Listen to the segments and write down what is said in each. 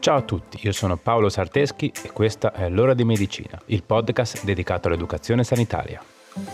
Ciao a tutti, io sono Paolo Sarteschi e questa è L'Ora di Medicina, il podcast dedicato all'educazione sanitaria.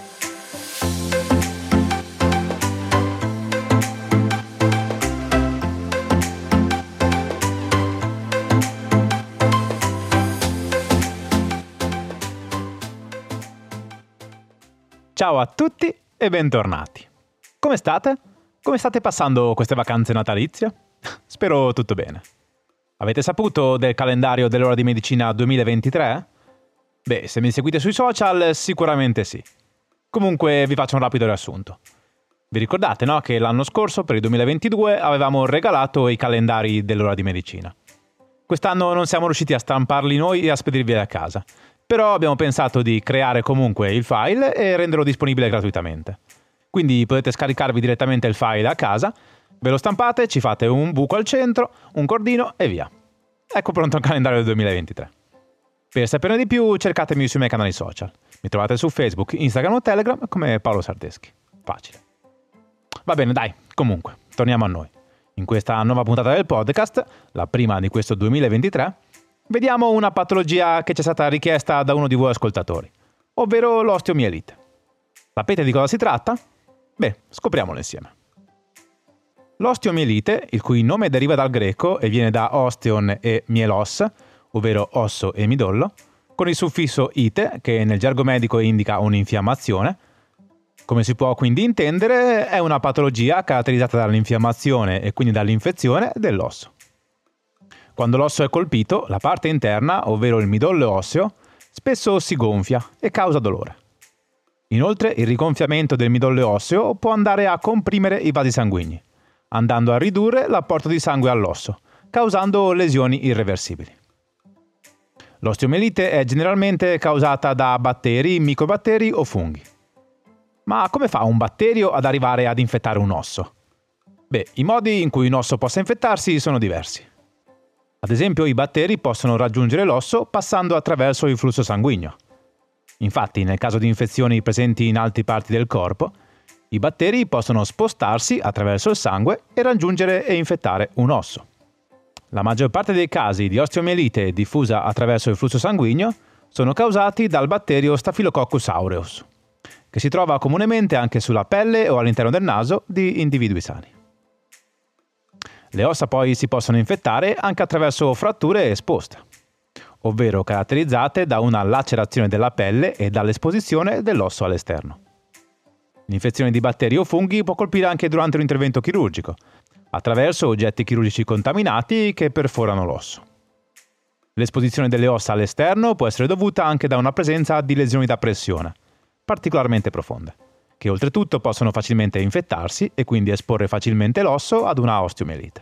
Ciao a tutti e bentornati. Come state? Come state passando queste vacanze natalizie? Spero tutto bene. Avete saputo del calendario dell'Ora di Medicina 2023? Beh, se mi seguite sui social, sicuramente sì. Comunque vi faccio un rapido riassunto. Vi ricordate, no? Che l'anno scorso, per il 2022, avevamo regalato i calendari dell'Ora di Medicina. Quest'anno non siamo riusciti a stamparli noi e a spedirveli a casa. Però abbiamo pensato di creare comunque il file e renderlo disponibile gratuitamente. Quindi potete scaricarvi direttamente il file a casa, ve lo stampate, ci fate un buco al centro, un cordino e via. Ecco pronto il calendario del 2023. Per saperne di più cercatemi sui miei canali social. Mi trovate su Facebook, Instagram o Telegram come Paolo Sarteschi. Facile. Va bene, dai, comunque, torniamo a noi. In questa nuova puntata del podcast, la prima di questo 2023, vediamo una patologia che ci è stata richiesta da uno di voi ascoltatori, ovvero l'osteomielite. Sapete di cosa si tratta? Beh, scopriamolo insieme. L'osteomielite, il cui nome deriva dal greco e viene da osteon e mielos, ovvero osso e midollo, con il suffisso ite, che nel gergo medico indica un'infiammazione. Come si può quindi intendere, è una patologia caratterizzata dall'infiammazione e quindi dall'infezione dell'osso. Quando l'osso è colpito, la parte interna, ovvero il midollo osseo, spesso si gonfia e causa dolore. Inoltre, il rigonfiamento del midollo osseo può andare a comprimere i vasi sanguigni, andando a ridurre l'apporto di sangue all'osso, causando lesioni irreversibili. L'osteomielite è generalmente causata da batteri, microbatteri o funghi. Ma come fa un batterio ad arrivare ad infettare un osso? Beh, i modi in cui un osso possa infettarsi sono diversi. Ad esempio, i batteri possono raggiungere l'osso passando attraverso il flusso sanguigno. Infatti, nel caso di infezioni presenti in altre parti del corpo, i batteri possono spostarsi attraverso il sangue e raggiungere e infettare un osso. La maggior parte dei casi di osteomielite diffusa attraverso il flusso sanguigno sono causati dal batterio Staphylococcus aureus, che si trova comunemente anche sulla pelle o all'interno del naso di individui sani. Le ossa poi si possono infettare anche attraverso fratture esposte, ovvero caratterizzate da una lacerazione della pelle e dall'esposizione dell'osso all'esterno. L'infezione di batteri o funghi può colpire anche durante un intervento chirurgico, attraverso oggetti chirurgici contaminati che perforano l'osso. L'esposizione delle ossa all'esterno può essere dovuta anche da una presenza di lesioni da pressione, particolarmente profonde, che oltretutto possono facilmente infettarsi e quindi esporre facilmente l'osso ad una osteomielite.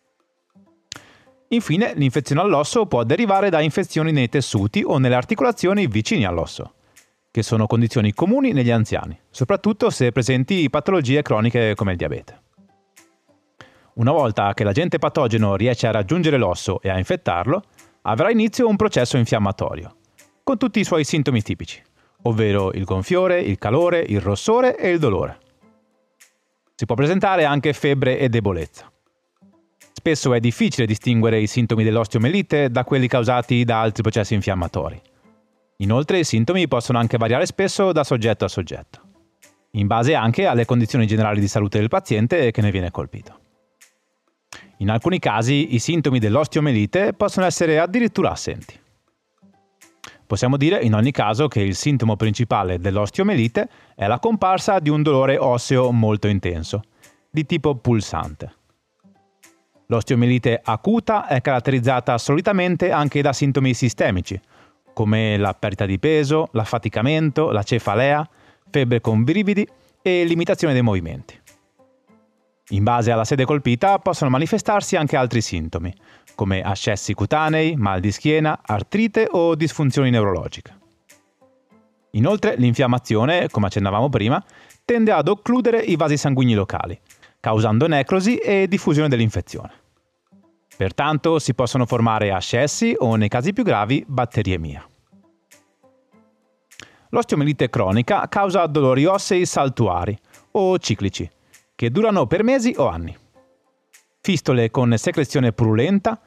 Infine, l'infezione all'osso può derivare da infezioni nei tessuti o nelle articolazioni vicini all'osso, che sono condizioni comuni negli anziani, soprattutto se presenti patologie croniche come il diabete. Una volta che l'agente patogeno riesce a raggiungere l'osso e a infettarlo, avrà inizio un processo infiammatorio, con tutti i suoi sintomi tipici, ovvero il gonfiore, il calore, il rossore e il dolore. Si può presentare anche febbre e debolezza. Spesso è difficile distinguere i sintomi dell'osteomielite da quelli causati da altri processi infiammatori. Inoltre i sintomi possono anche variare spesso da soggetto a soggetto, in base anche alle condizioni generali di salute del paziente che ne viene colpito. In alcuni casi i sintomi dell'osteomielite possono essere addirittura assenti. Possiamo dire in ogni caso che il sintomo principale dell'osteomielite è la comparsa di un dolore osseo molto intenso, di tipo pulsante. L'osteomielite acuta è caratterizzata solitamente anche da sintomi sistemici, come la perdita di peso, l'affaticamento, la cefalea, febbre con brividi e limitazione dei movimenti. In base alla sede colpita possono manifestarsi anche altri sintomi, come ascessi cutanei, mal di schiena, artrite o disfunzioni neurologiche. Inoltre, l'infiammazione, come accennavamo prima, tende ad occludere i vasi sanguigni locali, causando necrosi e diffusione dell'infezione. Pertanto si possono formare ascessi o, nei casi più gravi, batteriemia. L'osteomielite cronica causa dolori ossei saltuari o ciclici, che durano per mesi o anni. Fistole con secrezione purulenta,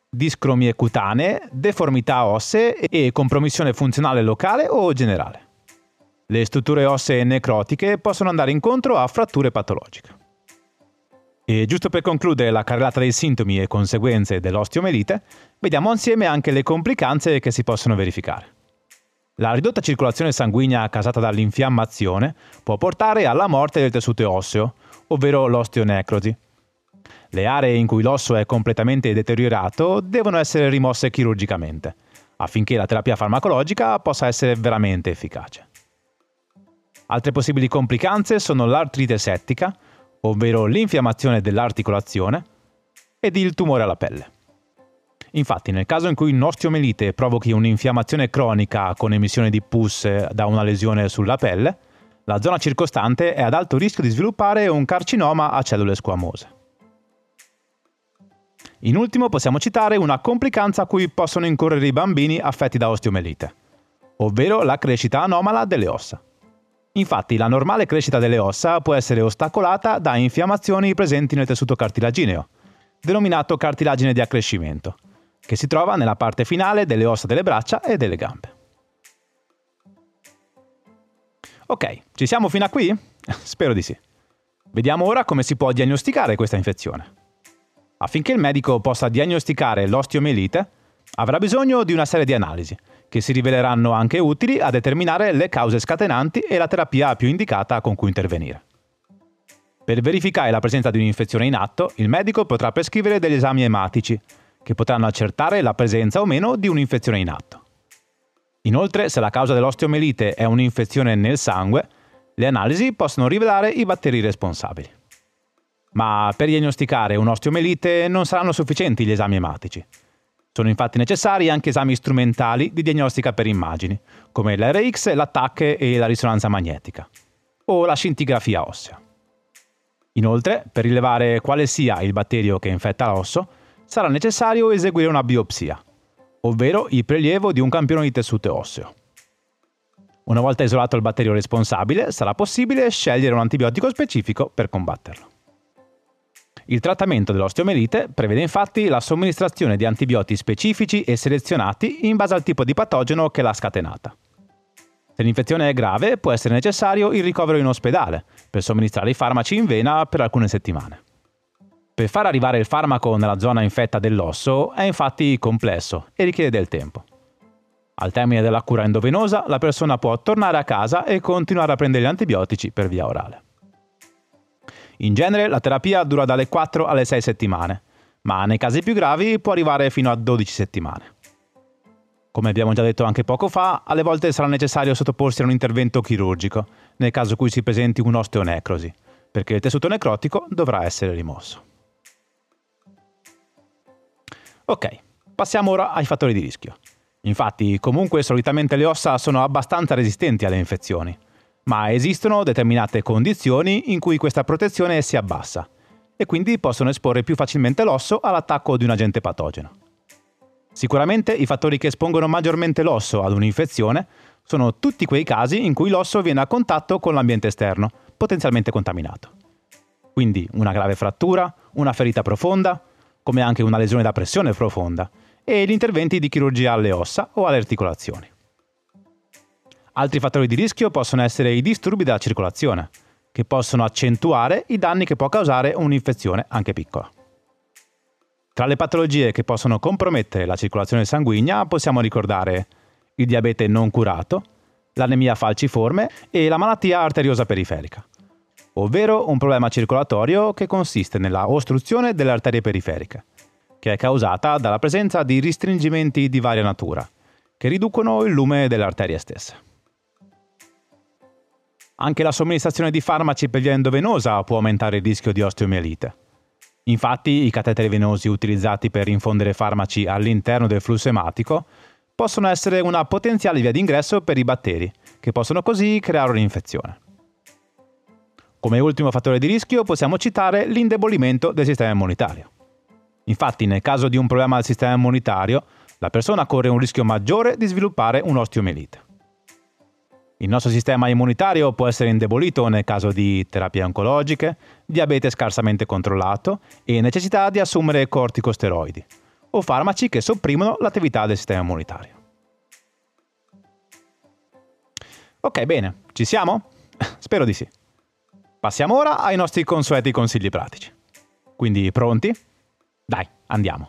discromie cutanee, deformità ossee e compromissione funzionale locale o generale. Le strutture ossee necrotiche possono andare incontro a fratture patologiche. E giusto per concludere la carrellata dei sintomi e conseguenze dell'osteomielite, vediamo insieme anche le complicanze che si possono verificare. La ridotta circolazione sanguigna causata dall'infiammazione può portare alla morte del tessuto osseo, ovvero l'osteonecrosi. Le aree in cui l'osso è completamente deteriorato devono essere rimosse chirurgicamente, affinché la terapia farmacologica possa essere veramente efficace. Altre possibili complicanze sono l'artrite settica, ovvero l'infiammazione dell'articolazione, ed il tumore alla pelle. Infatti, nel caso in cui un'osteomielite provochi un'infiammazione cronica con emissione di pus da una lesione sulla pelle, la zona circostante è ad alto rischio di sviluppare un carcinoma a cellule squamose. In ultimo possiamo citare una complicanza a cui possono incorrere i bambini affetti da osteomielite, ovvero la crescita anomala delle ossa. Infatti, la normale crescita delle ossa può essere ostacolata da infiammazioni presenti nel tessuto cartilagineo, denominato cartilagine di accrescimento, che si trova nella parte finale delle ossa delle braccia e delle gambe. Ok, ci siamo fino a qui? Spero di sì. Vediamo ora come si può diagnosticare questa infezione. Affinché il medico possa diagnosticare l'osteomielite, avrà bisogno di una serie di analisi, che si riveleranno anche utili a determinare le cause scatenanti e la terapia più indicata con cui intervenire. Per verificare la presenza di un'infezione in atto, il medico potrà prescrivere degli esami ematici, che potranno accertare la presenza o meno di un'infezione in atto. Inoltre, se la causa dell'osteomielite è un'infezione nel sangue, le analisi possono rivelare i batteri responsabili. Ma per diagnosticare un'osteomielite non saranno sufficienti gli esami ematici. Sono infatti necessari anche esami strumentali di diagnostica per immagini, come l'RX, la TAC e la risonanza magnetica, o la scintigrafia ossea. Inoltre, per rilevare quale sia il batterio che infetta l'osso, sarà necessario eseguire una biopsia, ovvero il prelievo di un campione di tessuto osseo. Una volta isolato il batterio responsabile, sarà possibile scegliere un antibiotico specifico per combatterlo. Il trattamento dell'osteomielite prevede infatti la somministrazione di antibiotici specifici e selezionati in base al tipo di patogeno che l'ha scatenata. Se l'infezione è grave, può essere necessario il ricovero in ospedale per somministrare i farmaci in vena per alcune settimane. Per far arrivare il farmaco nella zona infetta dell'osso è infatti complesso e richiede del tempo. Al termine della cura endovenosa, la persona può tornare a casa e continuare a prendere gli antibiotici per via orale. In genere la terapia dura dalle 4 alle 6 settimane, ma nei casi più gravi può arrivare fino a 12 settimane. Come abbiamo già detto anche poco fa, alle volte sarà necessario sottoporsi a un intervento chirurgico, nel caso in cui si presenti un'osteonecrosi, perché il tessuto necrotico dovrà essere rimosso. Ok, passiamo ora ai fattori di rischio. Infatti, comunque solitamente le ossa sono abbastanza resistenti alle infezioni, ma esistono determinate condizioni in cui questa protezione si abbassa e quindi possono esporre più facilmente l'osso all'attacco di un agente patogeno. Sicuramente i fattori che espongono maggiormente l'osso ad un'infezione sono tutti quei casi in cui l'osso viene a contatto con l'ambiente esterno, potenzialmente contaminato. Quindi una grave frattura, una ferita profonda, come anche una lesione da pressione profonda, e gli interventi di chirurgia alle ossa o alle articolazioni. Altri fattori di rischio possono essere i disturbi della circolazione, che possono accentuare i danni che può causare un'infezione anche piccola. Tra le patologie che possono compromettere la circolazione sanguigna possiamo ricordare il diabete non curato, l'anemia falciforme e la malattia arteriosa periferica, ovvero un problema circolatorio che consiste nella ostruzione delle arterie periferiche, che è causata dalla presenza di restringimenti di varia natura, che riducono il lume delle arterie stesse. Anche la somministrazione di farmaci per via endovenosa può aumentare il rischio di osteomielite. Infatti, i cateteri venosi utilizzati per infondere farmaci all'interno del flusso ematico possono essere una potenziale via d'ingresso per i batteri, che possono così creare un'infezione. Come ultimo fattore di rischio possiamo citare l'indebolimento del sistema immunitario. Infatti, nel caso di un problema del sistema immunitario, la persona corre un rischio maggiore di sviluppare un'osteomielite. Il nostro sistema immunitario può essere indebolito nel caso di terapie oncologiche, diabete scarsamente controllato e necessità di assumere corticosteroidi, o farmaci che sopprimono l'attività del sistema immunitario. Ok, bene, ci siamo? Spero di sì. Passiamo ora ai nostri consueti consigli pratici. Quindi pronti? Dai, andiamo.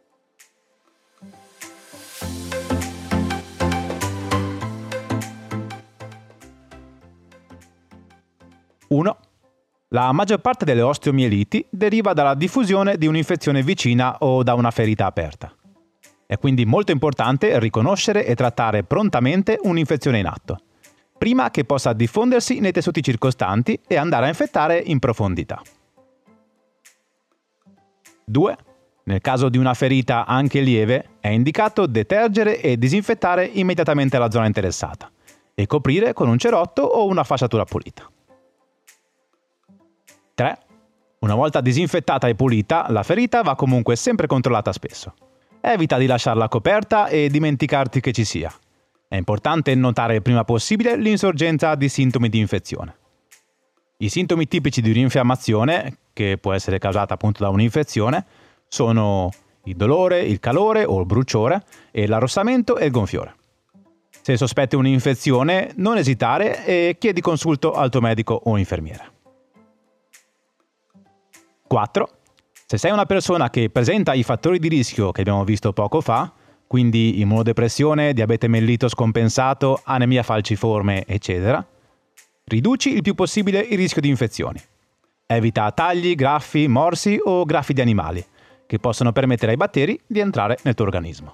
Uno. La maggior parte delle osteomieliti deriva dalla diffusione di un'infezione vicina o da una ferita aperta. È quindi molto importante riconoscere e trattare prontamente un'infezione in atto, prima che possa diffondersi nei tessuti circostanti e andare a infettare in profondità. 2. Nel caso di una ferita anche lieve, è indicato detergere e disinfettare immediatamente la zona interessata e coprire con un cerotto o una fasciatura pulita. 3. Una volta disinfettata e pulita, la ferita va comunque sempre controllata spesso. Evita di lasciarla coperta e dimenticarti che ci sia. È importante notare il prima possibile l'insorgenza di sintomi di infezione. I sintomi tipici di un'infiammazione, che può essere causata appunto da un'infezione, sono il dolore, il calore o il bruciore e l'arrossamento e il gonfiore. Se sospetti un'infezione, non esitare e chiedi consulto al tuo medico o infermiere. 4. Se sei una persona che presenta i fattori di rischio che abbiamo visto poco fa, quindi immunodepressione, diabete mellito scompensato, anemia falciforme, eccetera, riduci il più possibile il rischio di infezioni. Evita tagli, graffi, morsi o graffi di animali, che possono permettere ai batteri di entrare nel tuo organismo.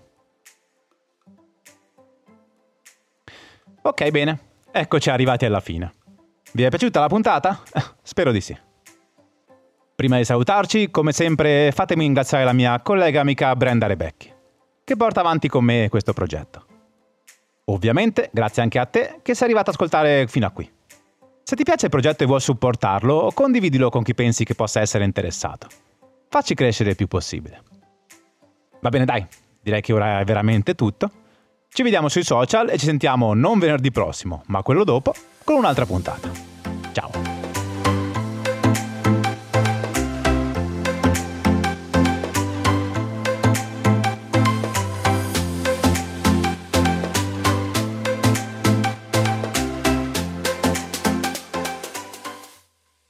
Ok, bene, eccoci arrivati alla fine. Vi è piaciuta la puntata? Spero di sì. Prima di salutarci, come sempre, fatemi ringraziare la mia collega amica Brenda Rebecchi, che porta avanti con me questo progetto. Ovviamente, grazie anche a te che sei arrivato ad ascoltare fino a qui. Se ti piace il progetto e vuoi supportarlo, condividilo con chi pensi che possa essere interessato. Facci crescere il più possibile. Va bene, dai, direi che ora è veramente tutto. Ci vediamo sui social e ci sentiamo non venerdì prossimo, ma quello dopo, con un'altra puntata.